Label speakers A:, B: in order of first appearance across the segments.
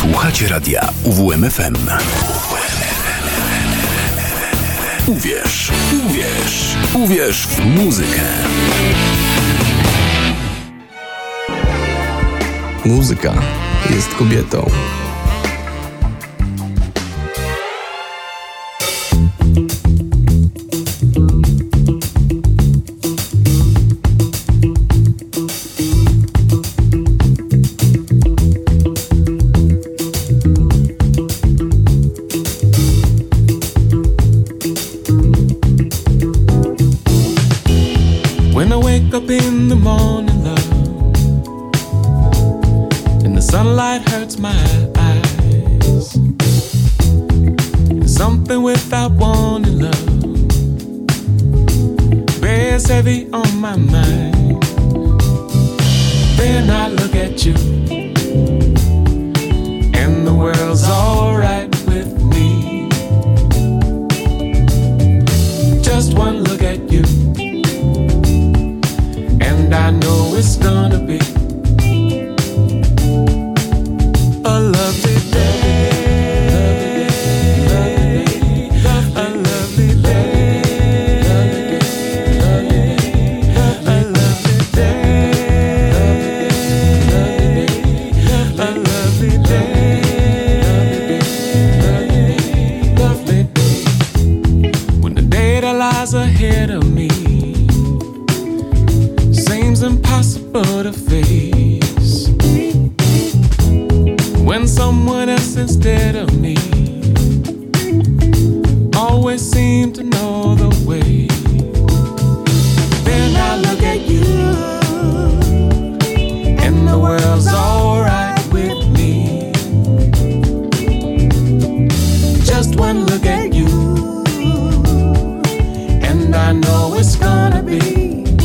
A: Słuchacie radia UWMFM. Uwierz, uwierz, uwierz w muzykę.
B: Muzyka jest kobietą.
C: When I wake up in the morning, love, and the sunlight hurts my eyes, and something without warning, love, bears heavy on my mind. Then I look at you, and the world's alright with me. Just one look at you, and I know it's gonna be a lovely day, a lovely day, a lovely day, a lovely day, lovely day. When the day that lies ahead of me seems impossible to face, when someone else instead of me always seems to know the way. Then I look at you, and the world's alright with me. Just one look at you, and I know it's gonna be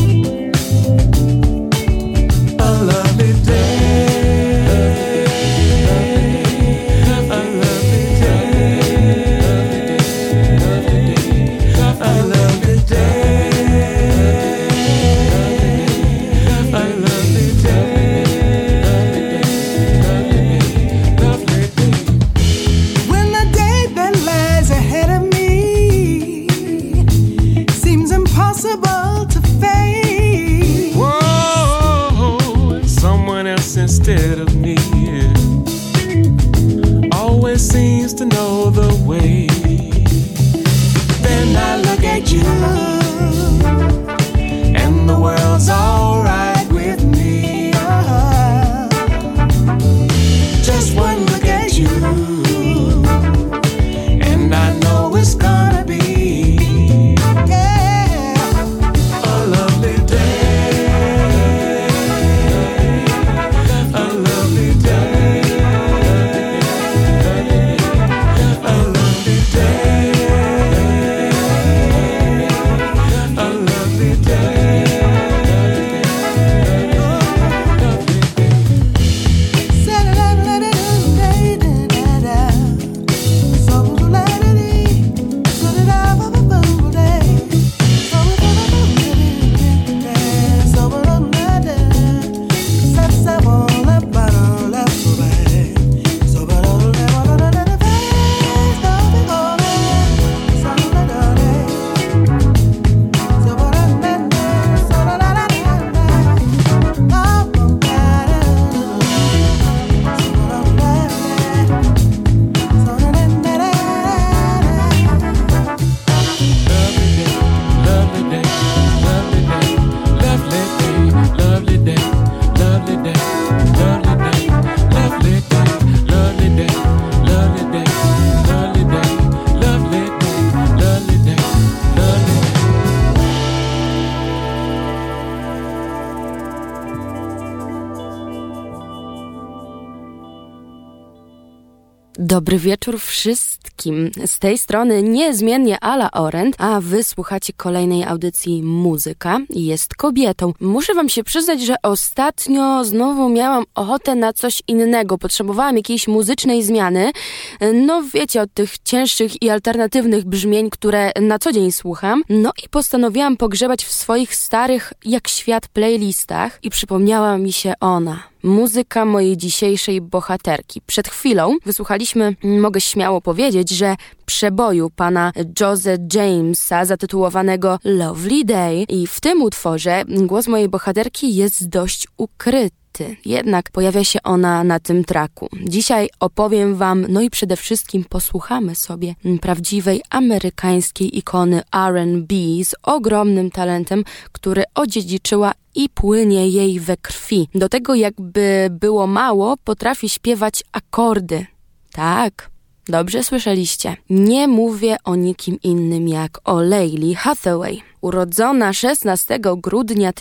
C: instead of me, always seems to know the way. Then I look at you, and the world's alright with me. Just one look at you, and I know it's gonna be a lovely day.
D: Dobry wieczór wszystkim. Z tej strony niezmiennie Ala Orent, a wy słuchacie kolejnej audycji Muzyka jest kobietą. Muszę wam się przyznać, że ostatnio znowu miałam ochotę na coś innego. Potrzebowałam jakiejś muzycznej zmiany. No wiecie, od tych cięższych i alternatywnych brzmień, które na co dzień słucham. No i postanowiłam pogrzebać w swoich starych jak świat playlistach i przypomniała mi się ona. muzyka mojej dzisiejszej bohaterki. Przed chwilą wysłuchaliśmy, mogę śmiało powiedzieć, że przeboju pana Jose Jamesa zatytułowanego Lovely Day i w tym utworze głos mojej bohaterki jest dość ukryty. Jednak pojawia się ona na tym tracku. Dzisiaj opowiem wam, no i przede wszystkim posłuchamy sobie prawdziwej amerykańskiej ikony R&B z ogromnym talentem, który odziedziczyła i płynie jej we krwi. Do tego, jakby było mało, potrafi śpiewać akordy. Tak, dobrze słyszeliście. Nie mówię o nikim innym jak o Laili Hathaway. Urodzona 16 grudnia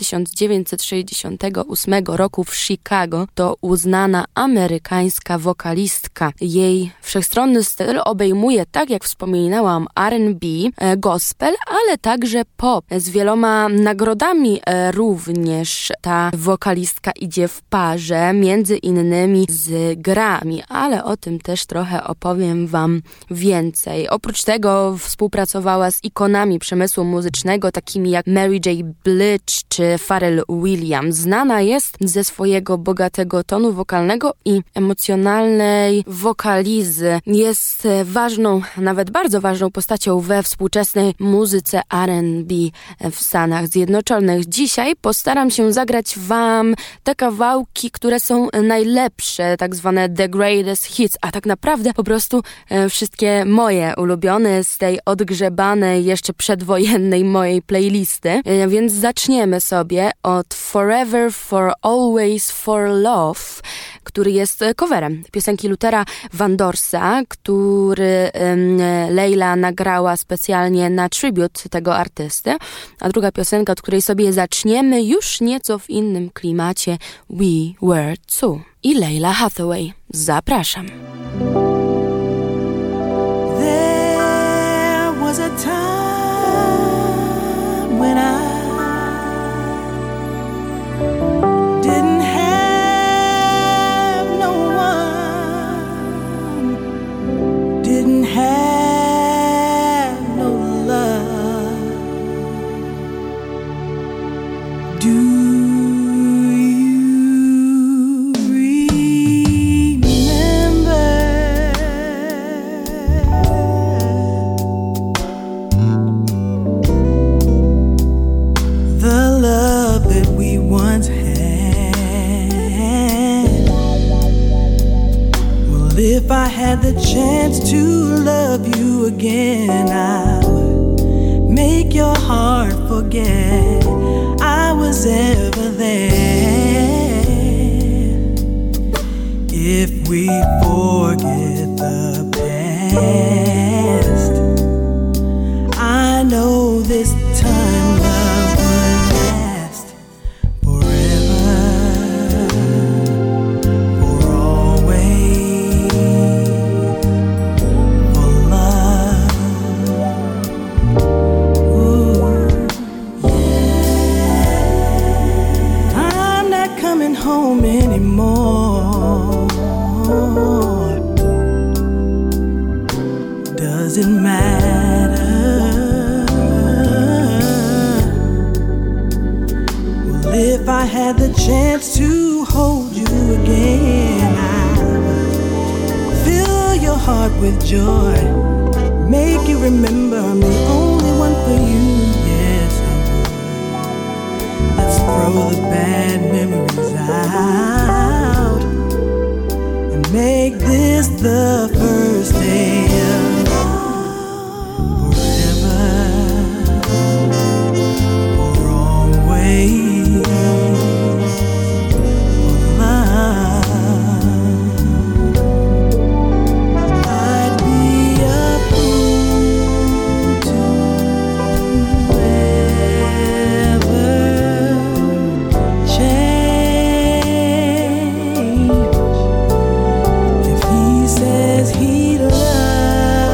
D: 1968 roku w Chicago, to uznana amerykańska wokalistka. Jej wszechstronny styl obejmuje, tak jak wspominałam, R&B, gospel, ale także pop. Z wieloma nagrodami również ta wokalistka idzie w parze, między innymi z Grammy, ale o tym też trochę opowiem wam więcej. Oprócz tego współpracowała z ikonami przemysłu muzycznego, takimi jak Mary J. Blige czy Pharrell Williams. Znana jest ze swojego bogatego tonu wokalnego i emocjonalnej wokalizy. Jest ważną, nawet bardzo ważną postacią we współczesnej muzyce R&B w Stanach Zjednoczonych. Dzisiaj postaram się zagrać wam te kawałki, które są najlepsze, tak zwane The Greatest Hits, a tak naprawdę po prostu wszystkie moje ulubione z tej odgrzebanej, jeszcze przedwojennej mojej playlisty, więc zaczniemy sobie od Forever, For Always, For Love, który jest coverem piosenki Luthera Vandorsa, który Leila nagrała specjalnie na tribute tego artysty, a druga piosenka, od której sobie zaczniemy, już nieco w innym klimacie, We Were Two i Laila Hathaway. Zapraszam.
E: There was a time when I didn't have no one, didn't have no love. Do you remember the love that we once had? Well, if I had the chance to love you again, I would make your heart forget I was ever there. If we forget the past, I know this time love will last forever, for always, for love. Ooh, yeah. I'm not coming home anymore. Doesn't matter. Well, if I had the chance to hold you again, I would fill your heart with joy, make you remember I'm the only one for you. Yes, I would. Let's throw the bad memories out and make this the first day of forever, for always, for love. I'd be a fool to ever change. If he says he loves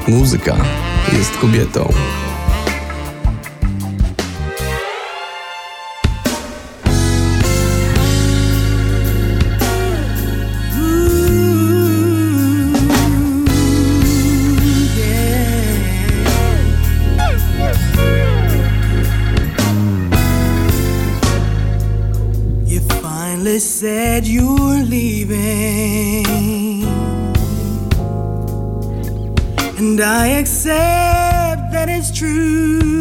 B: Muzyka jest kobietą.
E: Said you're leaving, and I accept that it's true.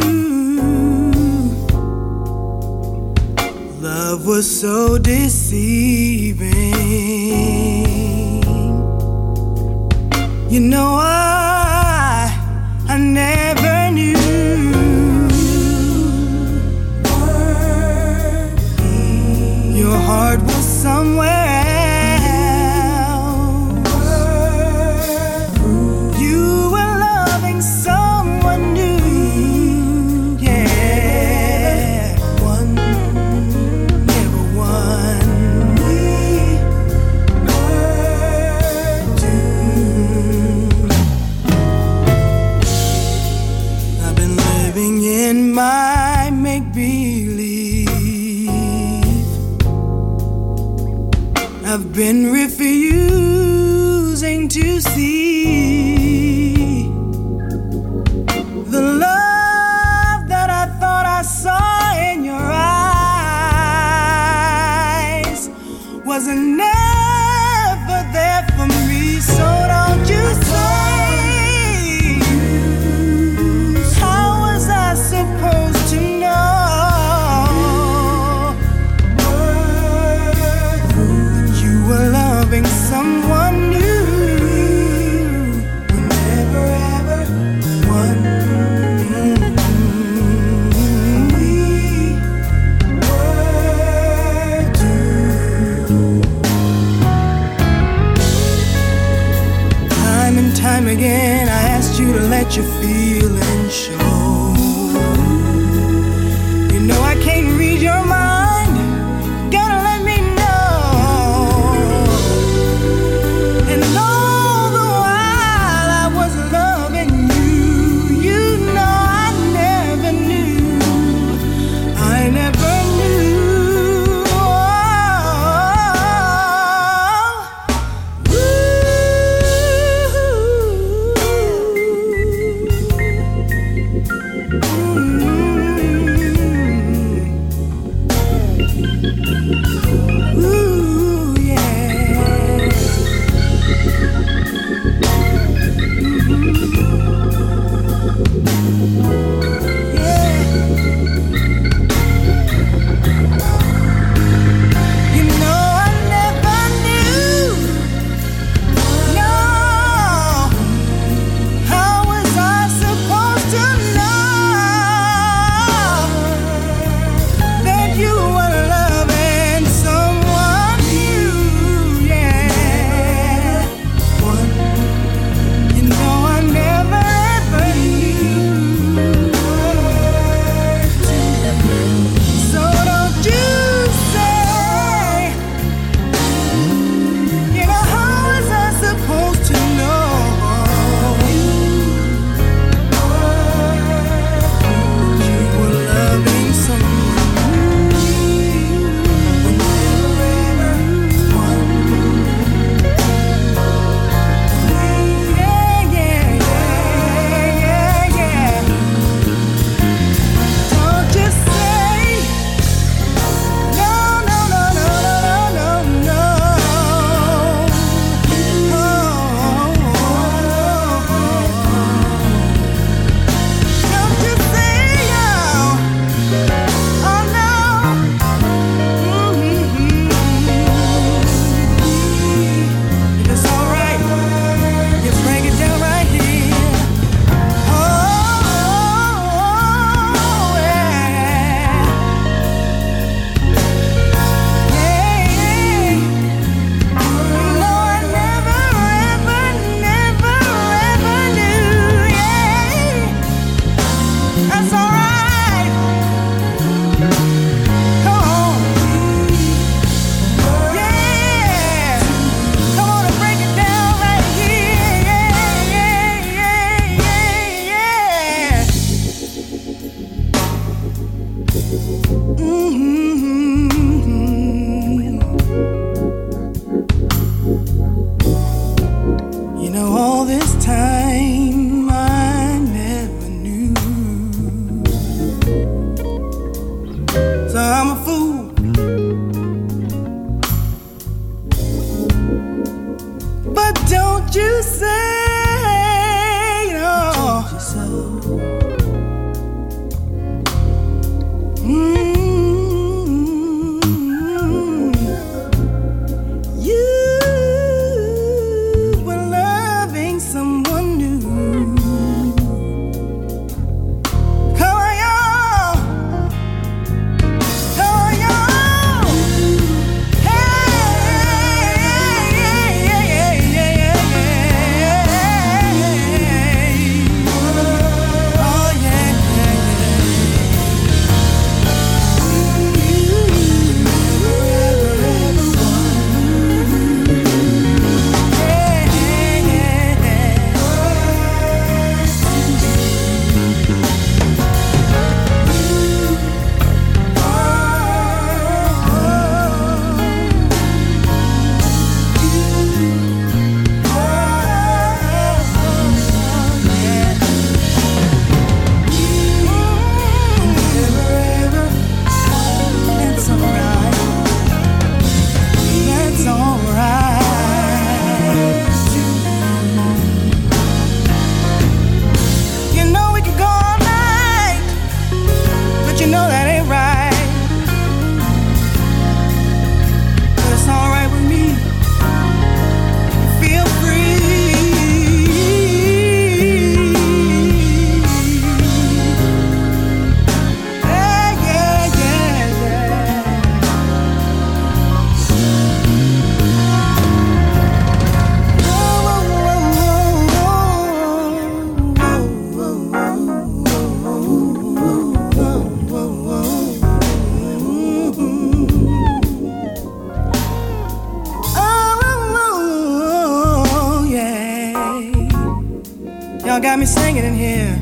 E: Love was so deceiving. You know I never knew. Your heart was somewhere else. You were loving someone new. Yeah, one, never one. We were two. I've been living in my make-believe. I've been refusing to see the love that I thought I saw in your eyes wasn't never there for me. So don't you say, how was I supposed to know? Loving someone new, we're never ever one. We were two. Time and time again, I asked you to let your feelings show. You know I can't read your mind. Gotta let me know. And all the while I was loving you, you know I never knew. I never knew. Don't you say no. Told you so. You were loving someone new. Come on, y'all. Come on, y'all. Y'all got me singing in here.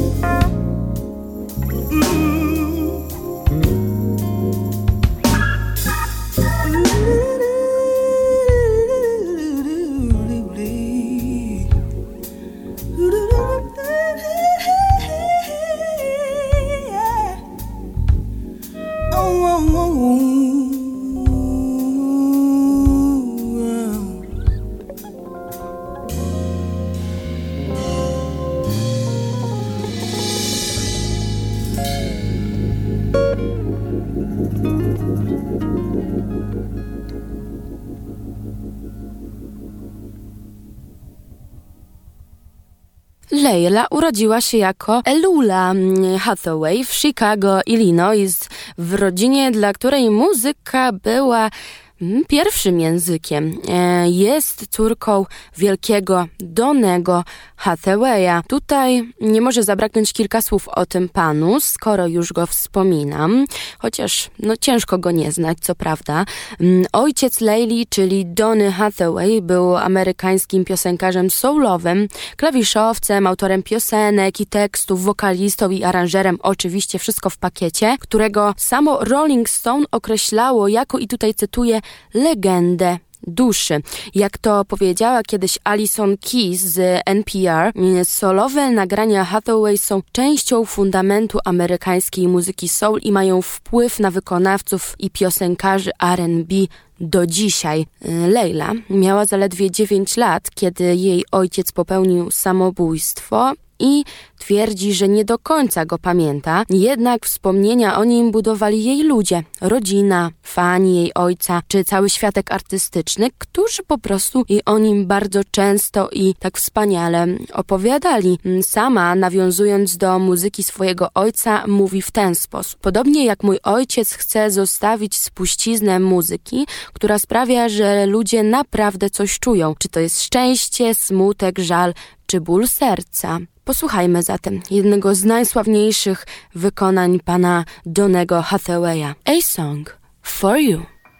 D: Leila urodziła się jako Elula Hathaway w Chicago, Illinois, w rodzinie, dla której muzyka była pierwszym językiem. Jest córką wielkiego Donnego Hathawaya. Tutaj nie może zabraknąć kilka słów o tym panu, skoro już go wspominam, chociaż ciężko go nie znać, co prawda. Ojciec Leili, czyli Donny Hathaway, był amerykańskim piosenkarzem soulowym, klawiszowcem, autorem piosenek i tekstów, wokalistą i aranżerem, oczywiście wszystko w pakiecie, którego samo Rolling Stone określało jako, i tutaj cytuję, legendę duszy. Jak to powiedziała kiedyś Alison Keys z NPR, solowe nagrania Hathaway są częścią fundamentu amerykańskiej muzyki soul i mają wpływ na wykonawców i piosenkarzy R&B do dzisiaj. Leila miała zaledwie 9 lat, kiedy jej ojciec popełnił samobójstwo i twierdzi, że nie do końca go pamięta, jednak wspomnienia o nim budowali jej ludzie, rodzina, fani jej ojca, czy cały światek artystyczny, którzy po prostu i o nim bardzo często i tak wspaniale opowiadali. Sama, nawiązując do muzyki swojego ojca, mówi w ten sposób: podobnie jak mój ojciec chce zostawić spuściznę muzyki, która sprawia, że ludzie naprawdę coś czują. Czy to jest szczęście, smutek, żal, czy ból serca. Posłuchajmy zatem jednego z najsławniejszych wykonań pana Donnego Hathawaya. A Song for You.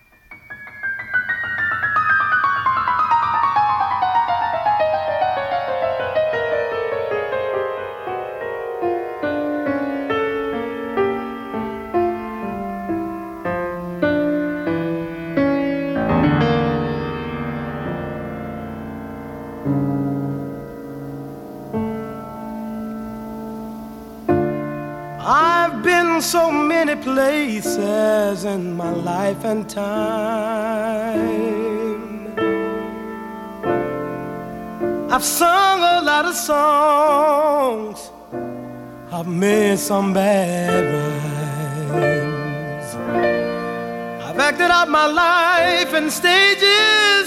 E: I've been so many places in my life and time. I've sung a lot of songs, I've made some bad rhymes, I've acted out my life in stages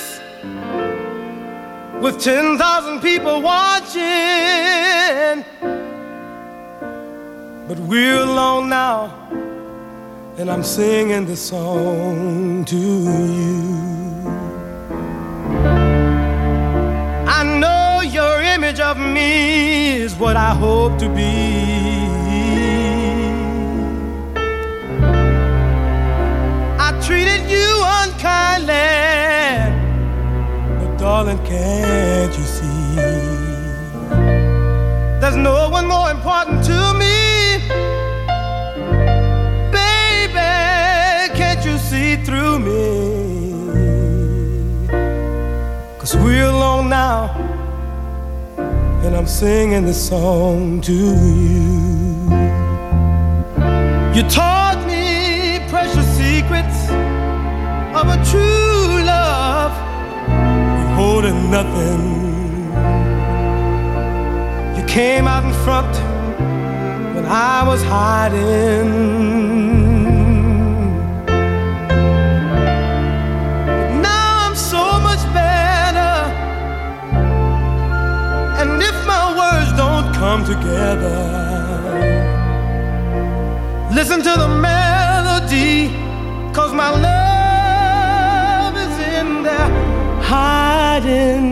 E: with 10,000 people watching. But we're alone now, and I'm singing this song to you. I know your image of me is what I hope to be. I treated you unkindly, but darling, can't you see? There's no one more important to me. Baby, can't you see through me? 'Cause we're alone now, and I'm singing this song to you. You taught me precious secrets of a true love, holding nothing. You came out in front when I was hiding. Now I'm so much better, and if my words don't come together, listen to the melody, 'cause my love is in there hiding.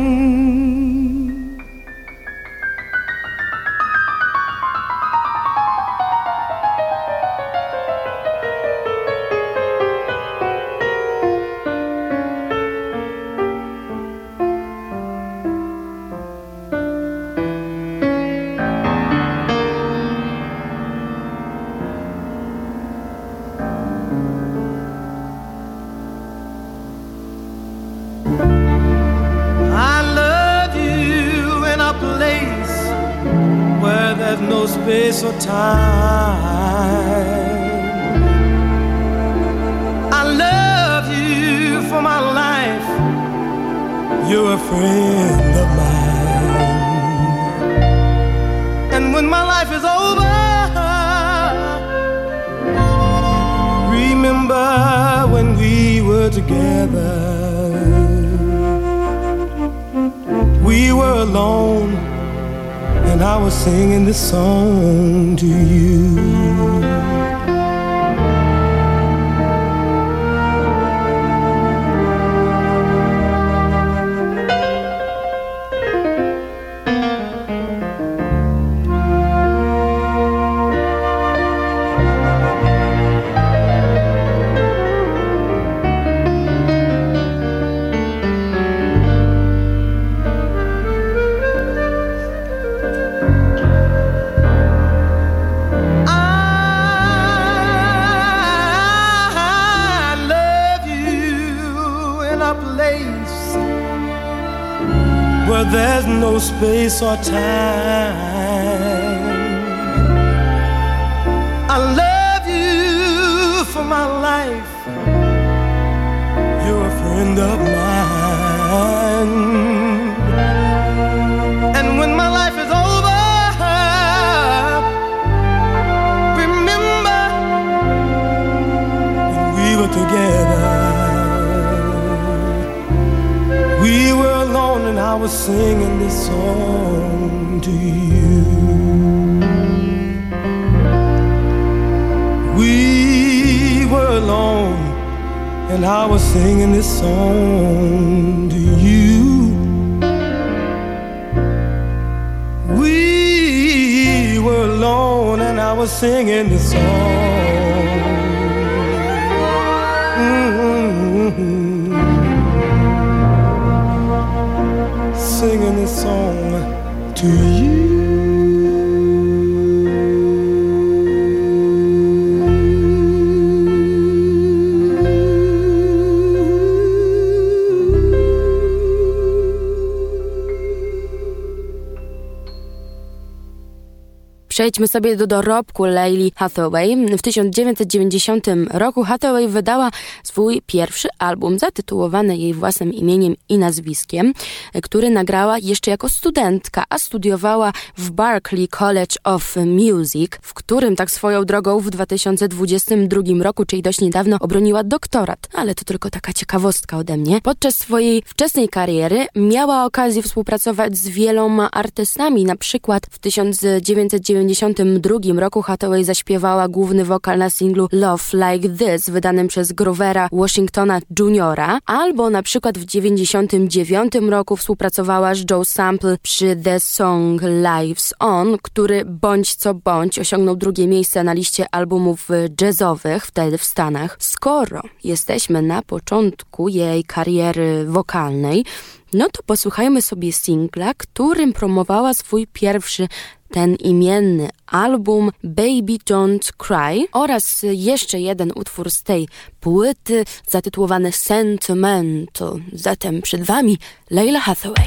E: No space or time. I love you for my life. You're a friend of mine. And when my life is over, remember when we were together. We were alone, and I was singing this song to you. There's no space or time. I love you for my life. You're a friend of mine. And when my life is over, remember when we were together. We were alone, and I was singing this song to you. We were alone, and I was singing this song to you. We were alone, and I was singing this song. Singing this song to you.
D: Przejdźmy sobie do dorobku Leili Hathaway. W 1990 roku Hathaway wydała swój pierwszy album zatytułowany jej własnym imieniem i nazwiskiem, który nagrała jeszcze jako studentka, a studiowała w Berklee College of Music, w którym tak swoją drogą w 2022 roku, czyli dość niedawno, obroniła doktorat. Ale to tylko taka ciekawostka ode mnie. Podczas swojej wczesnej kariery miała okazję współpracować z wieloma artystami. Na przykład w 1992 roku Hathaway zaśpiewała główny wokal na singlu Love Like This, wydanym przez Groovera Washingtona Jr., albo na przykład w 1999 roku współpracowała z Joe Sample przy The Song Lives On, który bądź co bądź osiągnął drugie miejsce na liście albumów jazzowych wtedy w Stanach. Skoro jesteśmy na początku jej kariery wokalnej, no to posłuchajmy sobie singla, którym promowała swój pierwszy, ten imienny album Baby Don't Cry oraz jeszcze jeden utwór z tej płyty zatytułowany Sentimental. Zatem przed wami Leila Hathaway.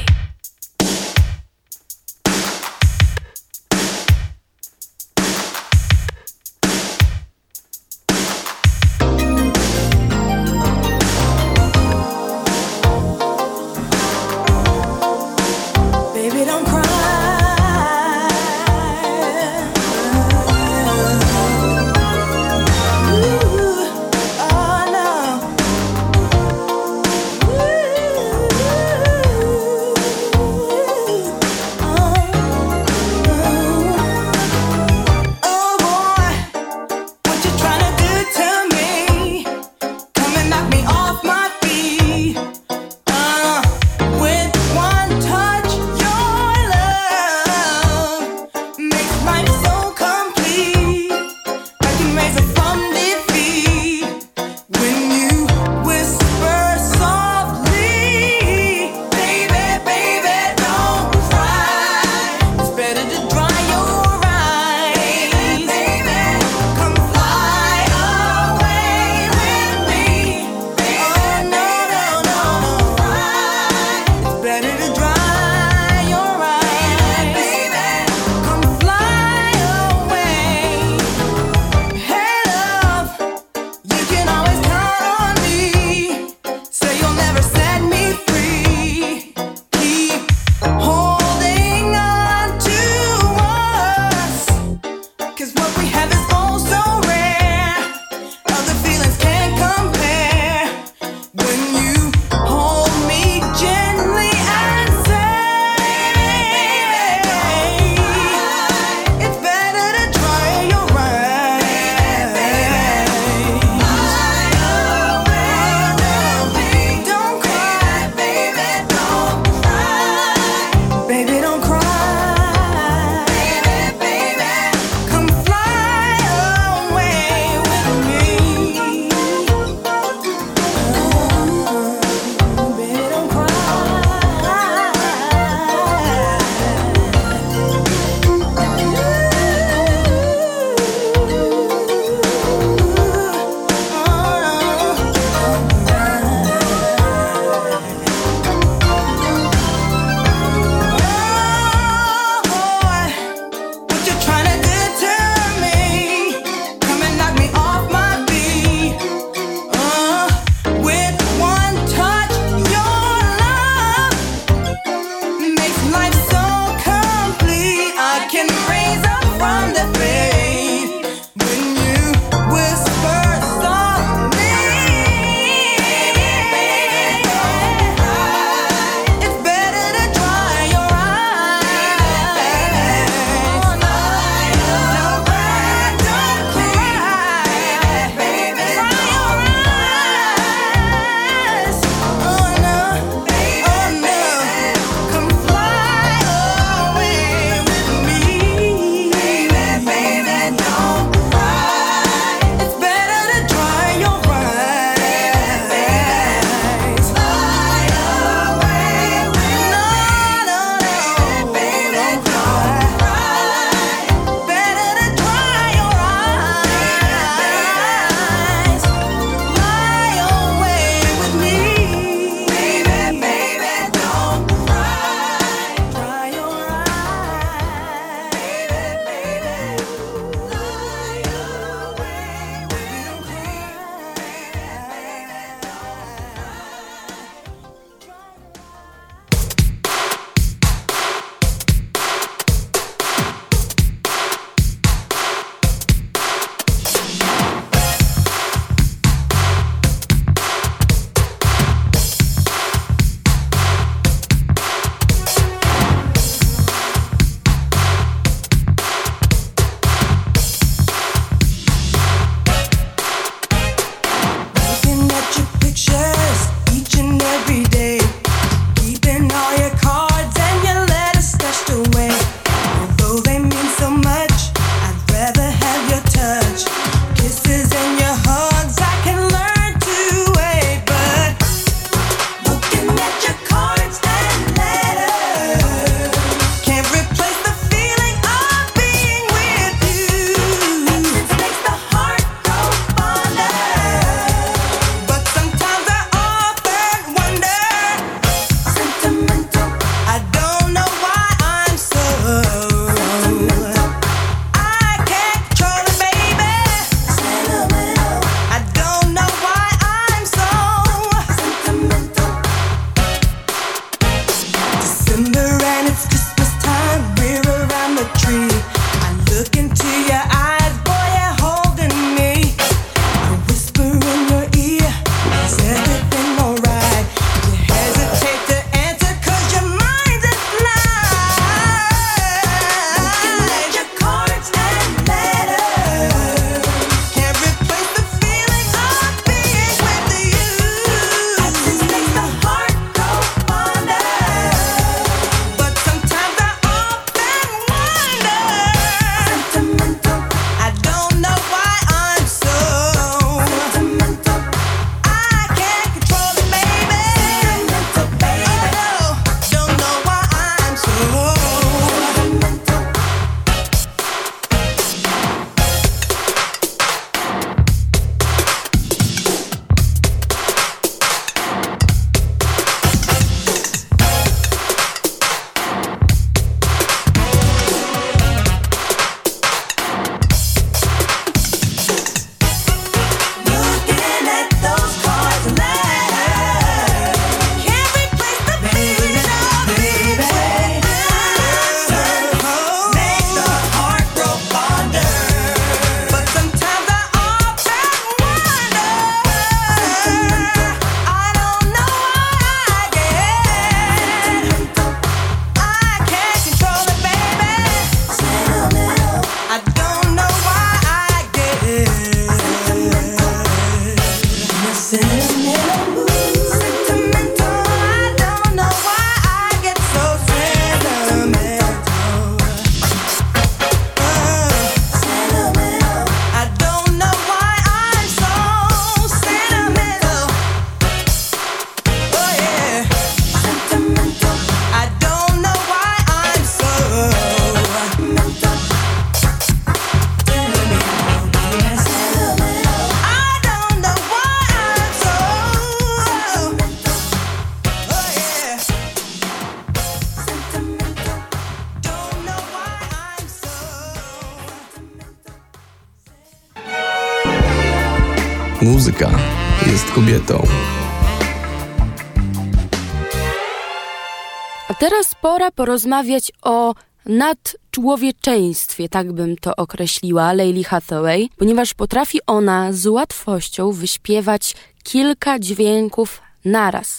B: Muzyka jest kobietą.
D: A teraz pora porozmawiać o nadczłowieczeństwie, tak bym to określiła, Laili Hathaway, ponieważ potrafi ona z łatwością wyśpiewać kilka dźwięków naraz.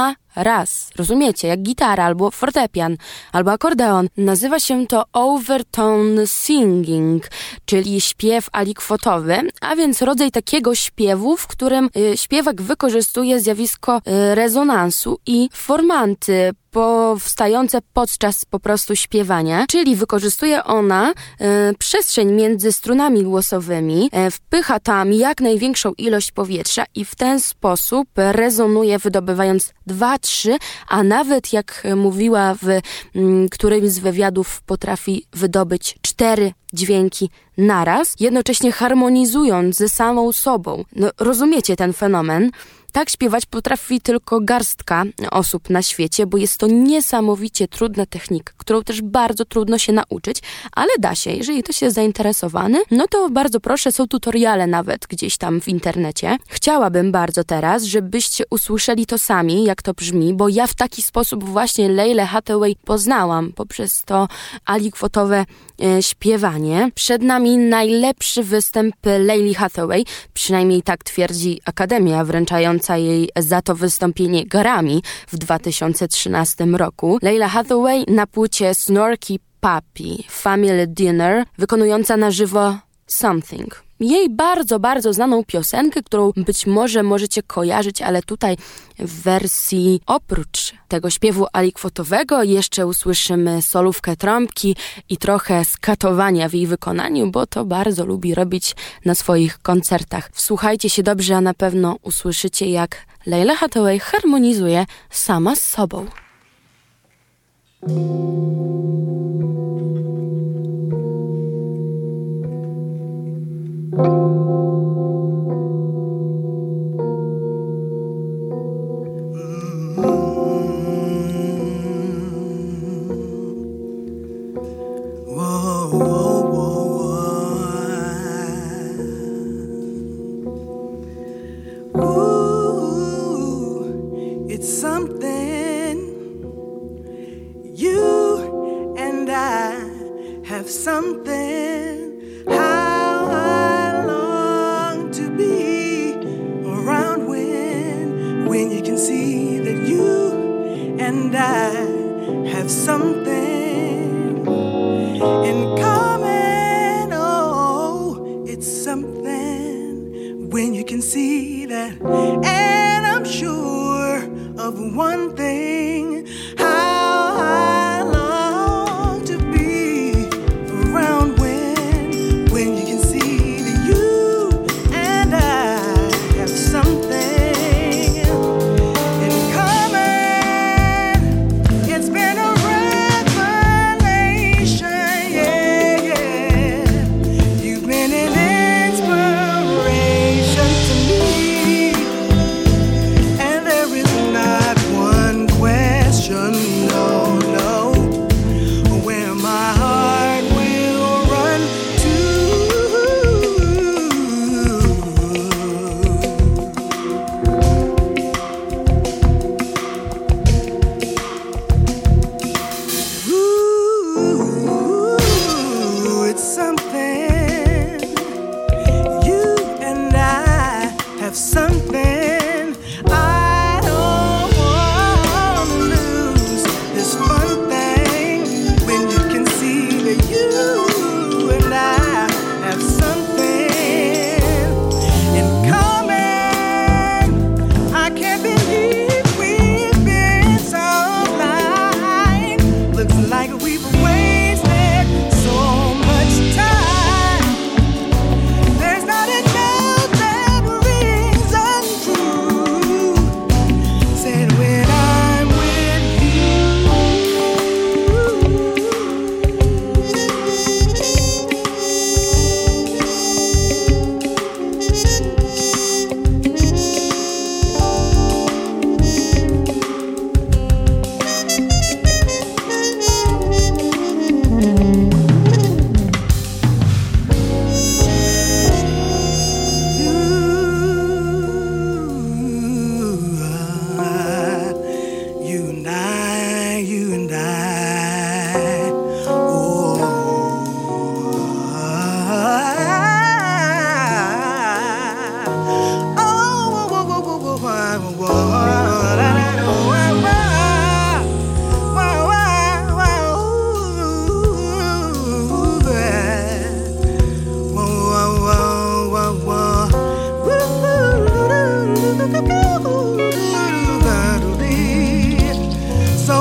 D: Rozumiecie? Jak gitara, albo fortepian, albo akordeon. Nazywa się to overtone singing, czyli śpiew alikwotowy, a więc rodzaj takiego śpiewu, w którym śpiewak wykorzystuje zjawisko rezonansu i formanty powstające podczas po prostu śpiewania, czyli wykorzystuje ona przestrzeń między strunami głosowymi, wpycha tam jak największą ilość powietrza i w ten sposób rezonuje, wydobywając 2, 3, a nawet jak mówiła w którymś z wywiadów, potrafi wydobyć 4 dźwięki naraz, jednocześnie harmonizując ze samą sobą. No, rozumiecie ten fenomen? Tak śpiewać potrafi tylko garstka osób na świecie, bo jest to niesamowicie trudna technika, którą też bardzo trudno się nauczyć, ale da się. Jeżeli ktoś jest zainteresowany, no to bardzo proszę, są tutoriale nawet gdzieś tam w internecie. Chciałabym bardzo teraz, żebyście usłyszeli to sami, jak to brzmi, bo ja w taki sposób właśnie Lailę Hathaway poznałam, poprzez to alikwotowe śpiewanie. Przed nami najlepszy występ Laili Hathaway, przynajmniej tak twierdzi Akademia, wręczająca jej za to wystąpienie Grammy w 2013 roku. Laila Hathaway na płycie Snorky Puppy Family Dinner, wykonująca na żywo Something. Jej bardzo, bardzo znaną piosenkę, którą być może możecie kojarzyć, ale tutaj w wersji oprócz tego śpiewu alikwotowego jeszcze usłyszymy solówkę trąbki i trochę skatowania w jej wykonaniu, bo to bardzo lubi robić na swoich koncertach. Wsłuchajcie się dobrze, a na pewno usłyszycie, jak Laila Hathaway harmonizuje sama z sobą.
E: It's something you and I have something. How I long to be around when you can see that you and I have something in common. Oh, it's something when you can see that. And I'm sure of one thing, how I long to be around when you can see that you and I have something in common. It's been a revelation, yeah, yeah. You've been an inspiration to me, and there is not one question, no, no.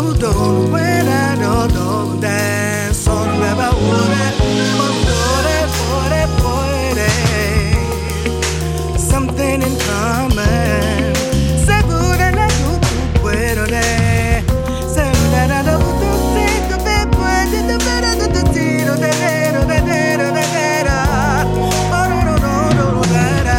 E: Something in common. Segura na tu puedo de. Segura na tu te puedo de vera de tiro de vera de vera de vera. Oh no no no no vera.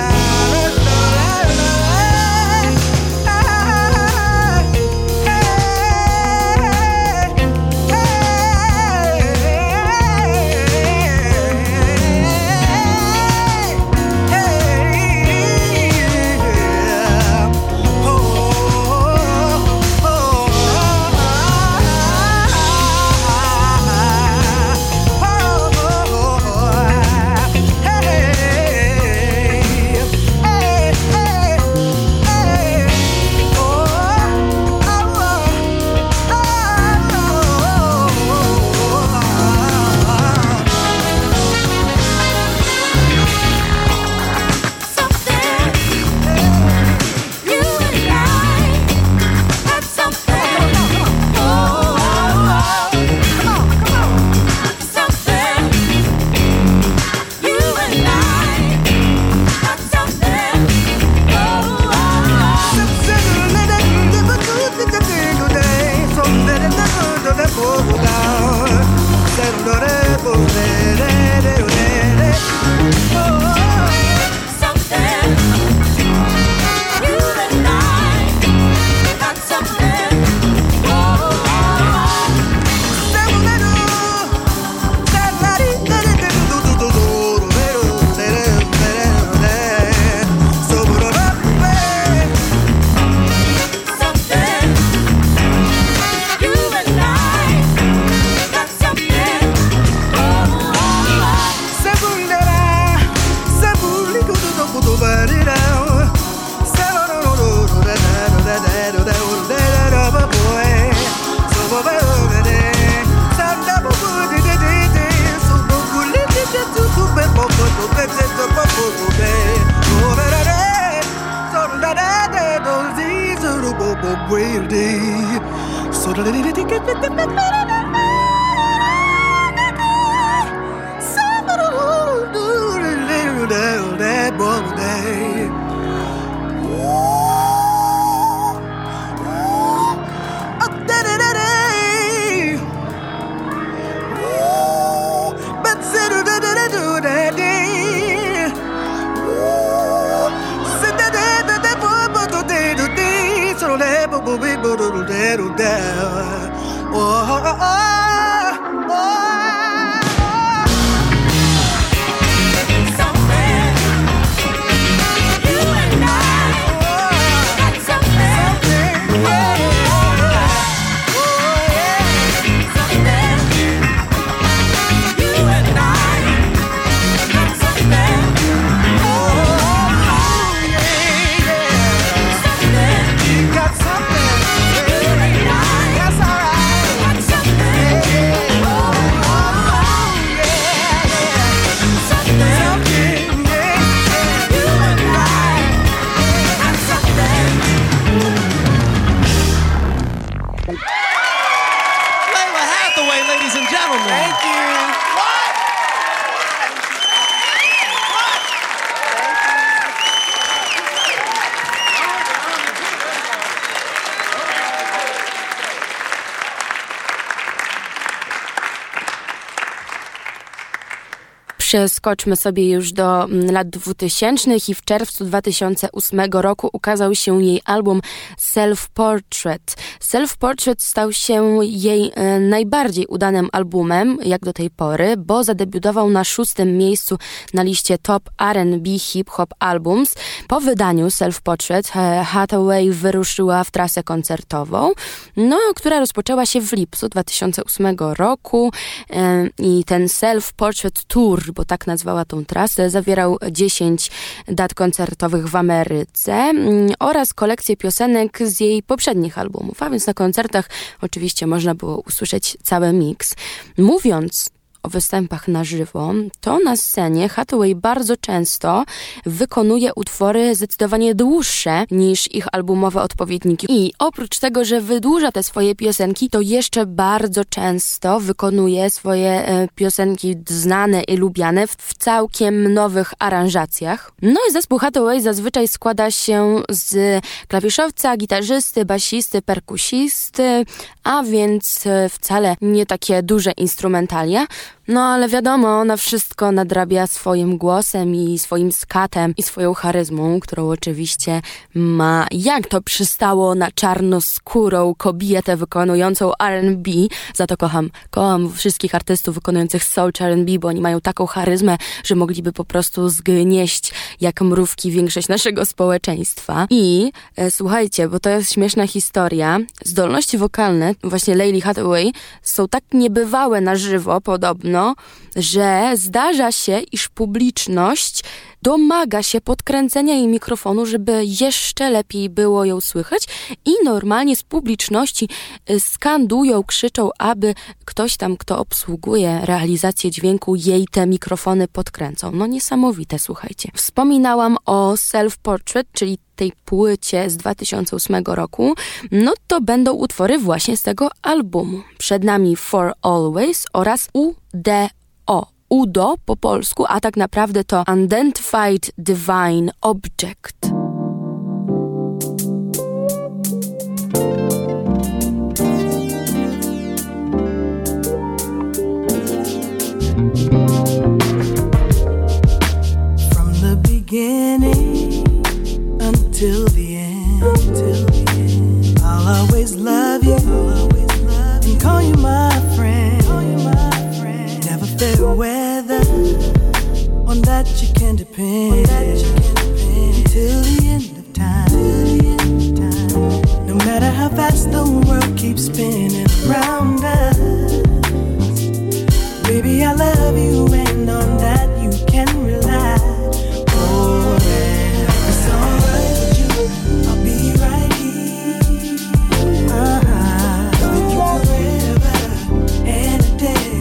D: Przeskoczmy sobie już do lat 2000 i w czerwcu 2008 roku ukazał się jej album Self-Portrait. Self-Portrait stał się jej najbardziej udanym albumem, jak do tej pory, bo zadebiutował na 6. miejscu na liście Top R&B Hip-Hop Albums. Po wydaniu Self-Portrait Hathaway wyruszyła w trasę koncertową, która rozpoczęła się w lipcu 2008 roku i ten Self-Portrait Tour, bo tak nazwała tą trasę, zawierał 10 dat koncertowych w Ameryce oraz kolekcję piosenek z jej poprzednich albumów, a więc na koncertach oczywiście można było usłyszeć cały miks. Mówiąc o występach na żywo, to na scenie Hathaway bardzo często wykonuje utwory zdecydowanie dłuższe niż ich albumowe odpowiedniki. I oprócz tego, że wydłuża te swoje piosenki, to jeszcze bardzo często wykonuje swoje piosenki znane i lubiane w całkiem nowych aranżacjach. No i zespół Hathaway zazwyczaj składa się z klawiszowca, gitarzysty, basisty, perkusisty, a więc wcale nie takie duże instrumentalia. No ale wiadomo, ona wszystko nadrabia swoim głosem i swoim skatem i swoją charyzmą, którą oczywiście ma, jak to przystało na czarnoskórą kobietę wykonującą R&B. Za to kocham wszystkich artystów wykonujących soul czy R&B, bo oni mają taką charyzmę, że mogliby po prostu zgnieść jak mrówki większość naszego społeczeństwa. I słuchajcie, bo to jest śmieszna historia, zdolności wokalne właśnie Laili Hathaway są tak niebywałe na żywo podobno, że zdarza się, iż publiczność domaga się podkręcenia jej mikrofonu, żeby jeszcze lepiej było ją słychać i normalnie z publiczności skandują, krzyczą, aby ktoś tam, kto obsługuje realizację dźwięku, jej te mikrofony podkręcą. No niesamowite, słuchajcie. Wspominałam o Self Portrait, czyli tej płycie z 2008 roku, no to będą utwory właśnie z tego albumu. Przed nami For Always oraz UDO. UDO po polsku, a tak naprawdę to Unidentified Divine Object.
E: From the beginning until the end, I'll always love you and call you my friend. Never fair weather, on that you can depend. Till the end of time. No matter how fast the world keeps spinning around us, baby, I love you and on that you can rely. Oh, yeah. It's alright with you, I'll be right here. With you forever and a day.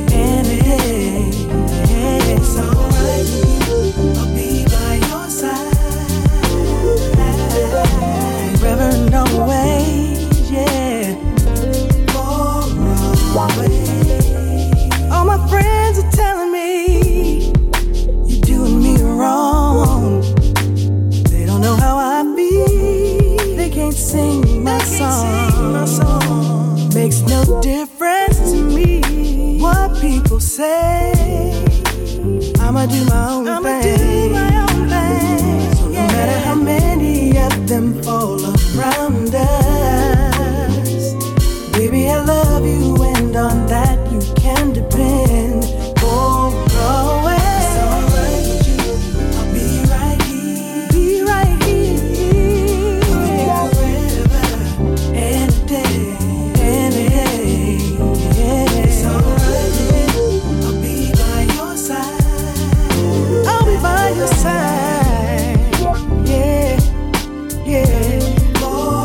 E: It's alright with you, I'll be by your side. Forever and always, yeah. Always. All my friends are telling me you're doing me wrong. They don't know how I feel. They can't sing my song. Makes no difference to me what people say. I'ma do my own thing. So no matter how many of them fall around us, baby, I love you and on that you can depend. Oh, always. It's alright with you, I'll be right here. Be right here. Forever and a day. It's alright with you, I'll be by your side. I'll be by your side. Yeah, yeah. Oh.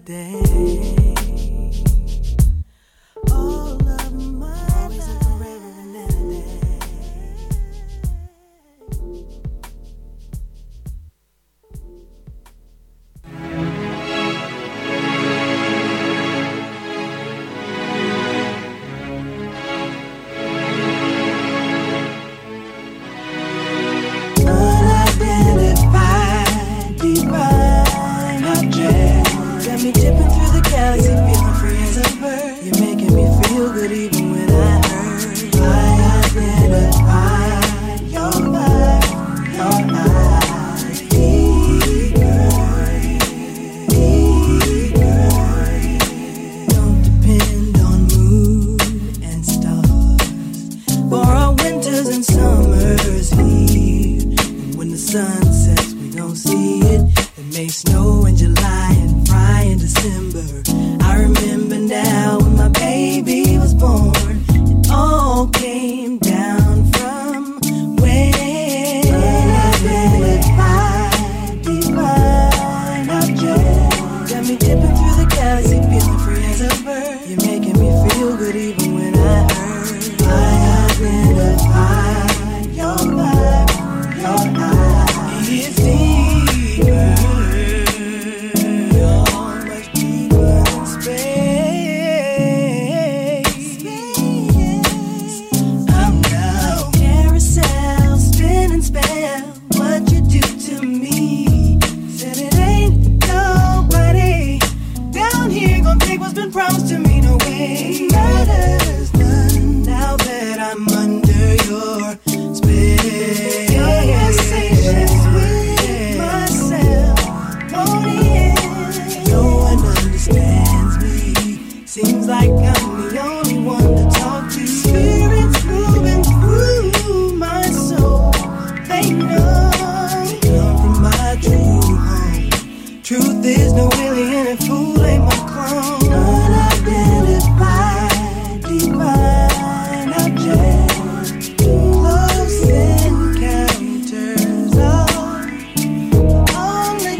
E: day. All of my life forever and a day. Unidentified, divine object. Got me tipping through the galaxy, feeling free as a bird. You're making me feel good even when I hurt. I identify your life, your eyes. Don't depend on moon and stars for our winters and summers here. And when the sun sets, we don't see it. It may snow in July and fry in December. I remember now when my baby was born. It all came down from when unidentified, divine object. Got me dipping through the galaxy, feeling free as a bird. You're making me feel good even when I hurt. I identify your life, your eyes. It's deeper. Promised to me no way matters none. Now that I'm under your spell, conversations with myself won't end. No one understands me. Seems like I'm the only one to talk to. Spirits moving through my soul. They know they come from my true home. Truth is no alien and fool ain't my clone. Unidentified, divine object. Close encounters of only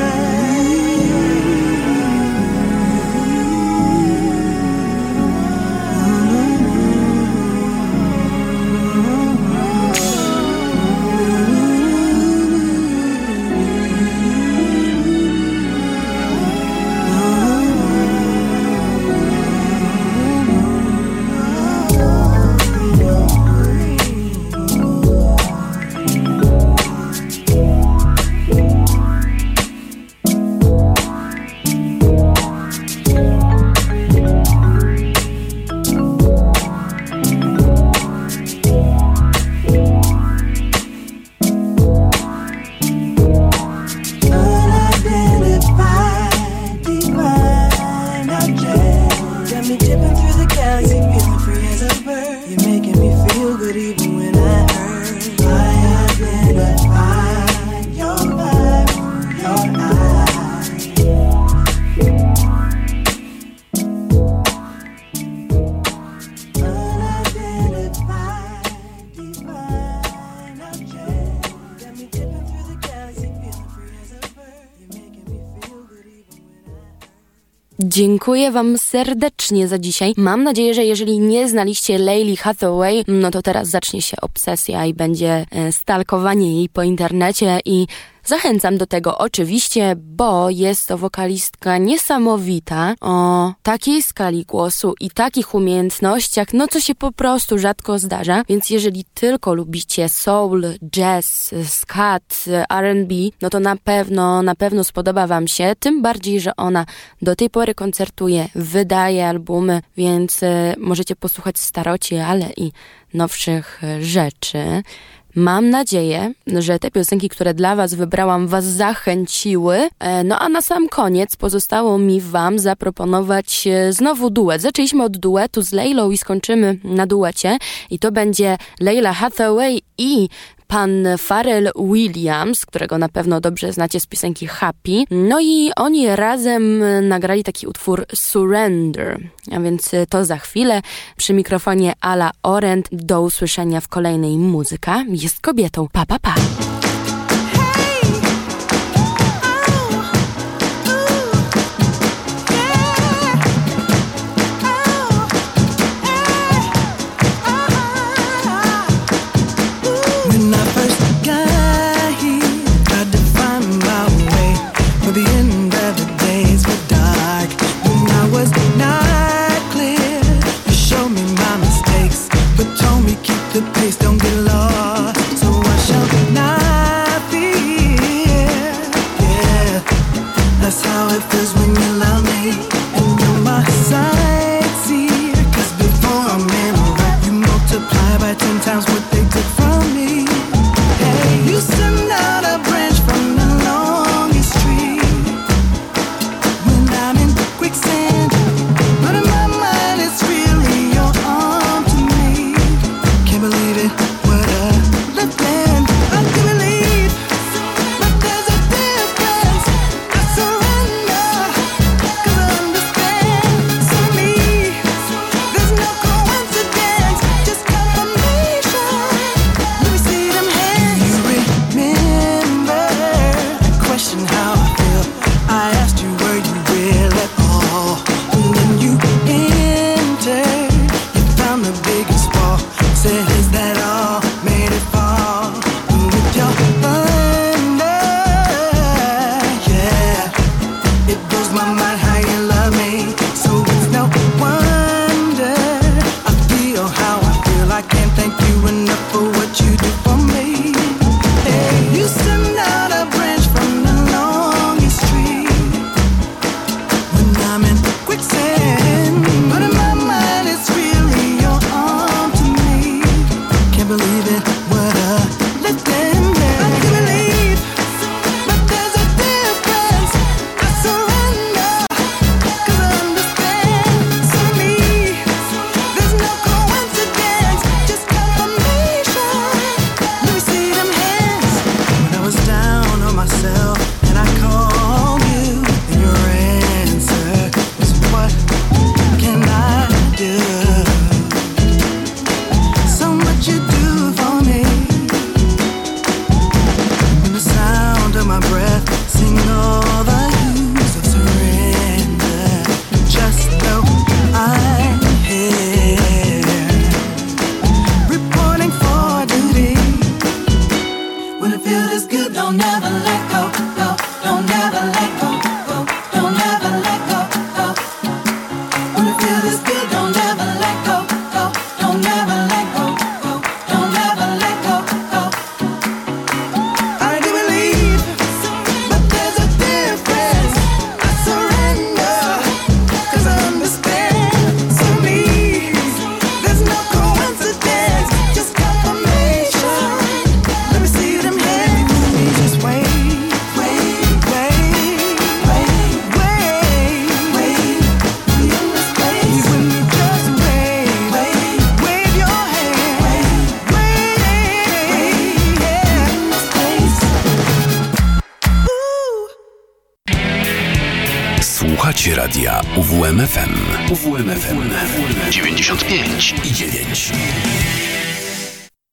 D: Dziękuję Wam serdecznie za dzisiaj. Mam nadzieję, że jeżeli nie znaliście Laili Hathaway, no to teraz zacznie się obsesja i będzie stalkowanie jej po internecie i zachęcam do tego oczywiście, bo jest to wokalistka niesamowita o takiej skali głosu i takich umiejętnościach, no co się po prostu rzadko zdarza, więc jeżeli tylko lubicie soul, jazz, scat, R&B, no to na pewno spodoba Wam się, tym bardziej, że ona do tej pory koncertuje, wydaje albumy, więc możecie posłuchać staroci, ale i nowszych rzeczy. Mam nadzieję, że te piosenki, które dla Was wybrałam, Was zachęciły. No a na sam koniec pozostało mi Wam zaproponować znowu duet. Zaczęliśmy od duetu z Lailą i skończymy na duecie. I to będzie Laila Hathaway i pan Pharrell Williams, którego na pewno dobrze znacie z piosenki Happy. No i oni razem nagrali taki utwór Surrender. A więc to za chwilę. Przy mikrofonie Ala Orent. Do usłyszenia w kolejnej Muzyka jest kobietą. Pa, pa, pa.
E: when you love me and you're my sightseer. 'Cause before I'm in a wreck, you multiply by 10 times what they took from me. Hey, you send out a branch from the longest tree when I'm in quicksand, but in my mind it's really your arm to me. Can't believe it, what a living. I do believe, but there's a difference. I surrender, 'cause I understand. So me, there's no coincidence, just confirmation. Let me see them hands. Do you remember the question how I feel? I asked you, were you real at all? And then you entered, you found the biggest fall. Said, is that all? Made it fall. And with your thunder, yeah, it blows my mind how you love me. So it's no wonder I feel how I feel. I can't thank you enough for what you do for me. Hey, you send out a branch from the longest tree when I'm in quicksand, but in my mind it's really your arm to me. Can't believe it, what a living. I do believe, but there's a difference. I surrender, 'cause I understand. So me, there's no coincidence, just confirmation. Let me see them hands. When I was down on myself and I called you, and your answer was, what can I do? So much you do for me. When the sound of my breath sing all the hues of surrender, just know I'm here, reporting for duty. When it feels this good, don't ever let go, go. Don't ever let go, go. Don't ever let go, go. When it feels this good, don't ever let go, go. Don't ever let go, go. Don't ever let go, go. I do believe, but there's a difference. I surrender, 'cause I understand. So me, there's no coincidence, just confirmation. Let me see them hands. You just wait, wait, wait, wait, wait, wait. Be in this place when you just wait, wave your hand, wait, yeah, in this place. Ooh.
A: Słuchacie radia UWMFM. UWMFM 95,9.